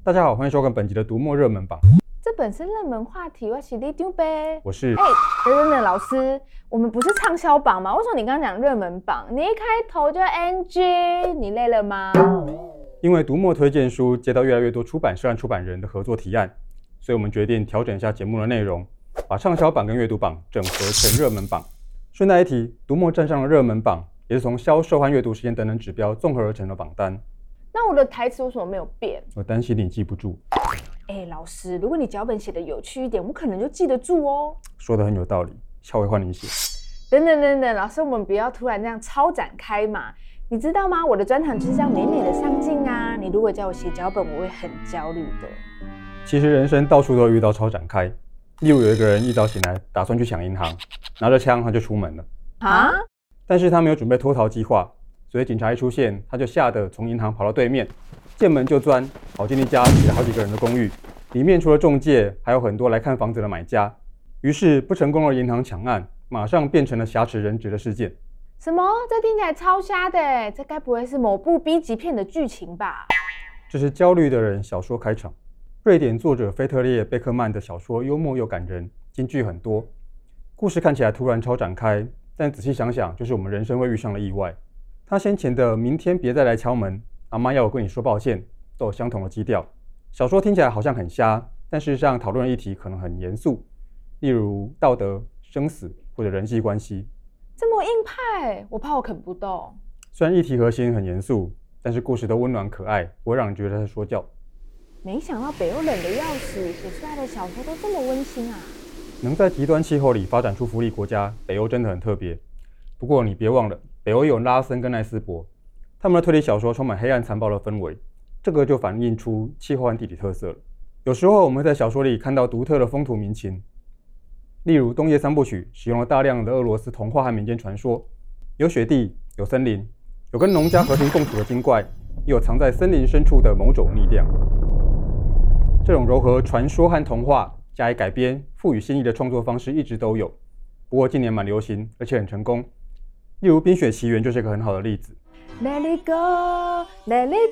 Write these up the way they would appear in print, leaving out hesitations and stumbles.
大家好，欢迎收看本集的读墨热门榜。 这本是热门话题，我是李丢呗。 我是等，老师，我们不是畅销榜吗？为什么你刚刚讲热门榜，你一开头就 NG？ 你累了吗？ 因为读墨推荐书接到越来越多出版社和出版人的合作提案，所以我们决定调整一下节目的内容，把畅销榜跟阅读榜整合成热门榜。顺带一提，读墨站上了热门榜，也是从销售和阅读时间等等指标综合而成的榜单。 那我的台词为什么没有变？ 我担心你记不住。 老师，如果你脚本写得有趣一点，我可能就记得住哦。 说得很有道理，下回换你写。 等，老师，我们不要突然这样超展开嘛。你知道吗？我的专长就是这样美美的上进啊。你如果叫我写脚本，我会很焦虑的。 其实人生到处都会遇到超展开，例如有一个人一早醒来打算去抢银行，拿着枪他就出门了啊， 但是他没有准备脱逃计划，所以警察一出现，他就吓得从银行跑到对面，见门就钻，跑进一家挤了好几个人的公寓，里面除了仲介，还有很多来看房子的买家。于是不成功的银行抢案马上变成了挟持人质的事件。 什么？这听起来超瞎的，这该不会是某部 B 级片的剧情吧？ 这是焦虑的人小说开场。瑞典作者菲特烈·贝克曼的小说幽默又感人，金句很多，故事看起来突然超展开，但仔细想想，就是我们人生会遇上的意外。他先前的明天别再来敲门，阿妈要我跟你说抱歉，都有相同的基调。小说听起来好像很瞎，但事实上讨论的议题可能很严肃，例如道德、生死或者人际关系。 这么硬派，我怕我啃不动。 虽然议题核心很严肃，但是故事都温暖可爱，不会让人觉得在说教。 没想到北欧冷的要死，写出来的小说都这么温馨啊！ 能在极端气候里发展出福利国家，北欧真的很特别。不过你别忘了，北欧有拉森跟奈斯伯，他们的推理小说充满黑暗残暴的氛围，这个就反映出气候和地理特色了。有时候我们会在小说里看到独特的风土民情，例如《冬夜三部曲》使用了大量的俄罗斯童话和民间传说，有雪地，有森林，有跟农家和平共处的精怪，也有藏在森林深处的某种力量。这种糅合传说和童话加以改编、赋予新意的创作方式一直都有，不过近年蛮流行，而且很成功。例如《冰雪奇缘》就是一个很好的例子。 Let it go, let it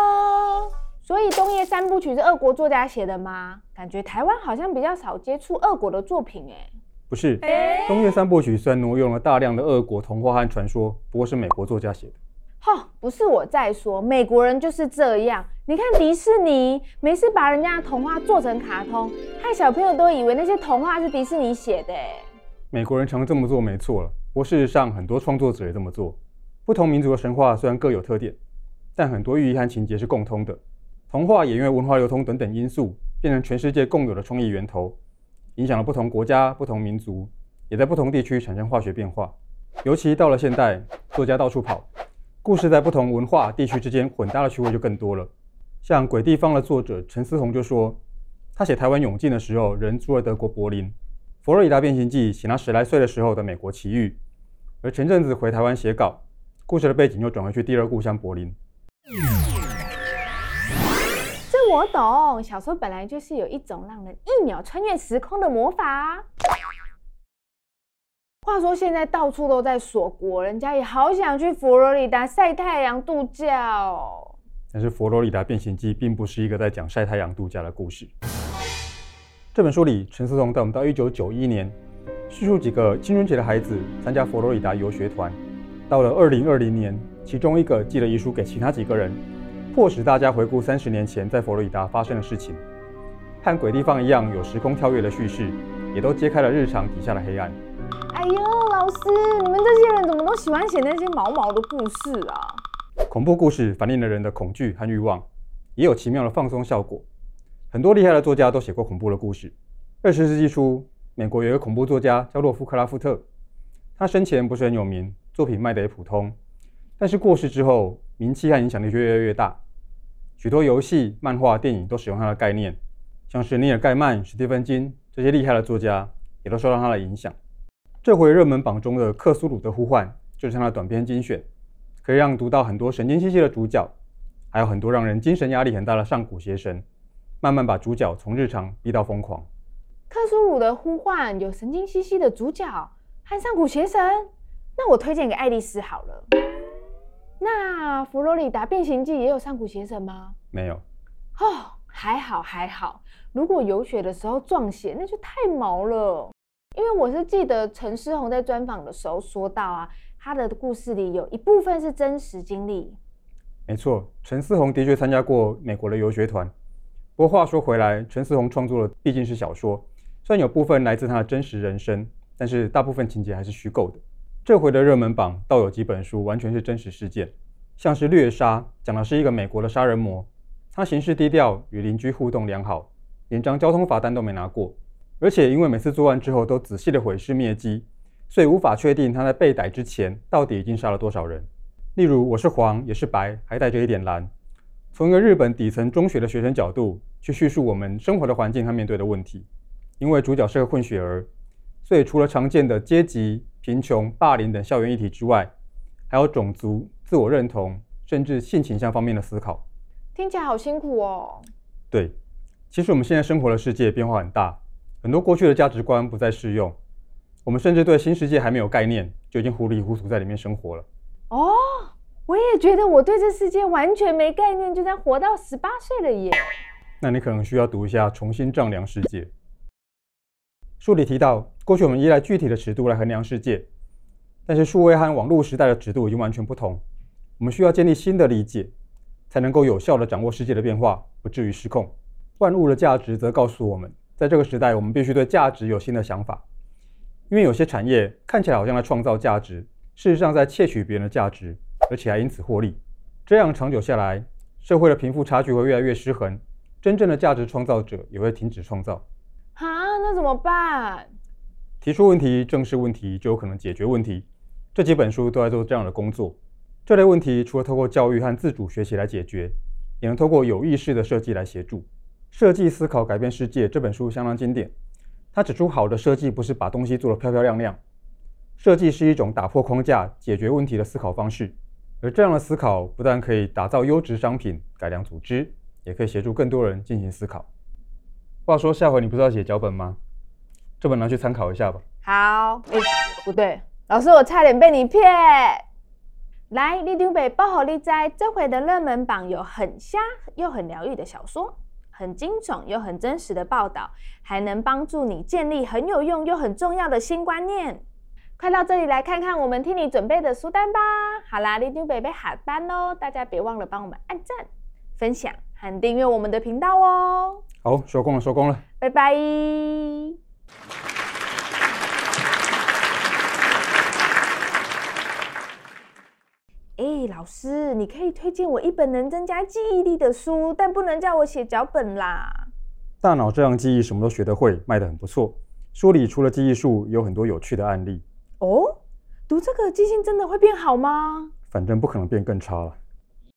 go。所以《冬夜三部曲》是俄国作家写的吗？感觉台湾好像比较少接触俄国的作品不是，《冬夜三部曲》虽然挪用了大量的俄国童话和传说，不过是美国作家写的。 不是我在说，美国人就是这样。你看迪士尼，没事把人家的童话做成卡通，害小朋友都以为那些童话是迪士尼写的美国人常这么做没错了，不过事实上很多创作者也这么做。不同民族的神话虽然各有特点，但很多寓意和情节是共通的。童话也因为文化流通等等因素，变成全世界共有的创意源头，影响了不同国家、不同民族，也在不同地区产生化学变化。尤其到了现代，作家到处跑，故事在不同文化地区之间混搭的趣味就更多了。像《鬼地方》的作者陈思宏就说，他写台湾永靖的时候人住了德国柏林，《佛罗里达变形记》写他10来岁的时候的美国奇遇，而前阵子回台湾写稿，故事的背景又转回去第二故乡柏林。 这我懂，小说本来就是有一种让人1秒穿越时空的魔法。话说现在到处都在锁国，人家也好想去佛罗里达晒太阳度假哦。 但是《佛罗里达变形记》并不是一个在讲晒太阳度假的故事。这本书里，陈思宏带我们到1991年，叙述几个青春期的孩子参加佛罗里达游学团。到了2020年，其中一个寄了遗书给其他几个人，迫使大家回顾30年前在佛罗里达发生的事情。和《鬼地方》一样有时空跳跃的叙事，也都揭开了日常底下的黑暗。 哎呦，老师，你们这些人怎么都喜欢写那些毛毛的故事啊？ 恐怖故事反映了人的恐惧和欲望，也有奇妙的放松效果。很多厉害的作家都写过恐怖的故事。20世纪初，美国有一个恐怖作家叫洛夫克拉夫特，他生前不是很有名，作品卖得也普通，但是过世之后，名气和影响力就越来越大。许多游戏、漫画、电影都使用他的概念，像是尼尔·盖曼、史蒂芬·金这些厉害的作家，也都受到他的影响。这回热门榜中的《克苏鲁的呼唤》就是他的短篇精选，可以让读到很多神经兮兮的主角，还有很多让人精神压力很大的上古邪神，慢慢把主角从日常逼到疯狂。 克苏鲁的呼唤有神经兮兮的主角和上古邪神，那我推荐给爱丽丝好了。那佛罗里达变形记也有上古邪神吗？ 没有。 还好，如果有血的时候撞血，那就太毛了。因为我是记得陈思宏在专访的时候说到啊，他的故事里有一部分是真实经历。 没错，陈思宏的确参加过美国的游学团。不过话说回来，陈思宏创作的毕竟是小说，虽然有部分来自他的真实人生，但是大部分情节还是虚构的。这回的热门榜倒有几本书完全是真实事件，像是《掠杀》，讲的是一个美国的杀人魔，他行事低调，与邻居互动良好，连张交通罚单都没拿过，而且因为每次作案之后都仔细的毁尸灭迹，所以无法确定他在被逮之前到底已经杀了多少人。例如我是黄也是白，还带着一点蓝，从一个日本底层中学的学生角度去叙述我们生活的环境和面对的问题。因为主角是个混血儿，所以除了常见的阶级、贫穷、霸凌等校园议题之外，还有种族、自我认同，甚至性倾向方面的思考。 听起来好辛苦哦。 对，其实我们现在生活的世界变化很大，很多过去的价值观不再适用，我们甚至对新世界还没有概念，就已经糊里糊涂在里面生活了。 哦，我也觉得我对这世界完全没概念，就这样活到18岁了耶。 那你可能需要读一下《重新丈量世界》。书里提到，过去我们依赖具体的尺度来衡量世界，但是数位和网络时代的尺度已经完全不同，我们需要建立新的理解，才能够有效地掌握世界的变化，不至于失控。万物的价值则告诉我们，在这个时代，我们必须对价值有新的想法，因为有些产业看起来好像在创造价值，事实上在窃取别人的价值，而且还因此获利。这样长久下来，社会的贫富差距会越来越失衡，真正的价值创造者也会停止创造。 那怎么办？ 提出问题，正视问题，就有可能解决问题。这几本书都在做这样的工作。这类问题除了透过教育和自主学习来解决，也能透过有意识的设计来协助。设计思考改变世界这本书相当经典，它指出好的设计不是把东西做得漂漂亮亮，设计是一种打破框架解决问题的思考方式，而这样的思考不但可以打造优质商品，改良组织，也可以协助更多人进行思考。话说下回你不是要写脚本吗？这本拿去参考一下吧。 好，不对，老师我差点被你骗。来，立丢北报好利在这回的热门榜有很瞎又很疗愈的小说，很惊悚又很真实的报道，还能帮助你建立很有用又很重要的新观念。快到这里来看看我们替你准备的书单吧。好啦，立丢北被下班咯，大家别忘了帮我们按赞、分享和订阅我们的频道哦。 好，收工了， 拜拜。老师，你可以推荐我一本能增加记忆力的书，但不能叫我写脚本啦。 大脑这样记忆什么都学得会，卖得很不错。书里除了记忆术，有很多有趣的案例。 哦，读这个记性真的会变好吗？ 反正不可能变更差了。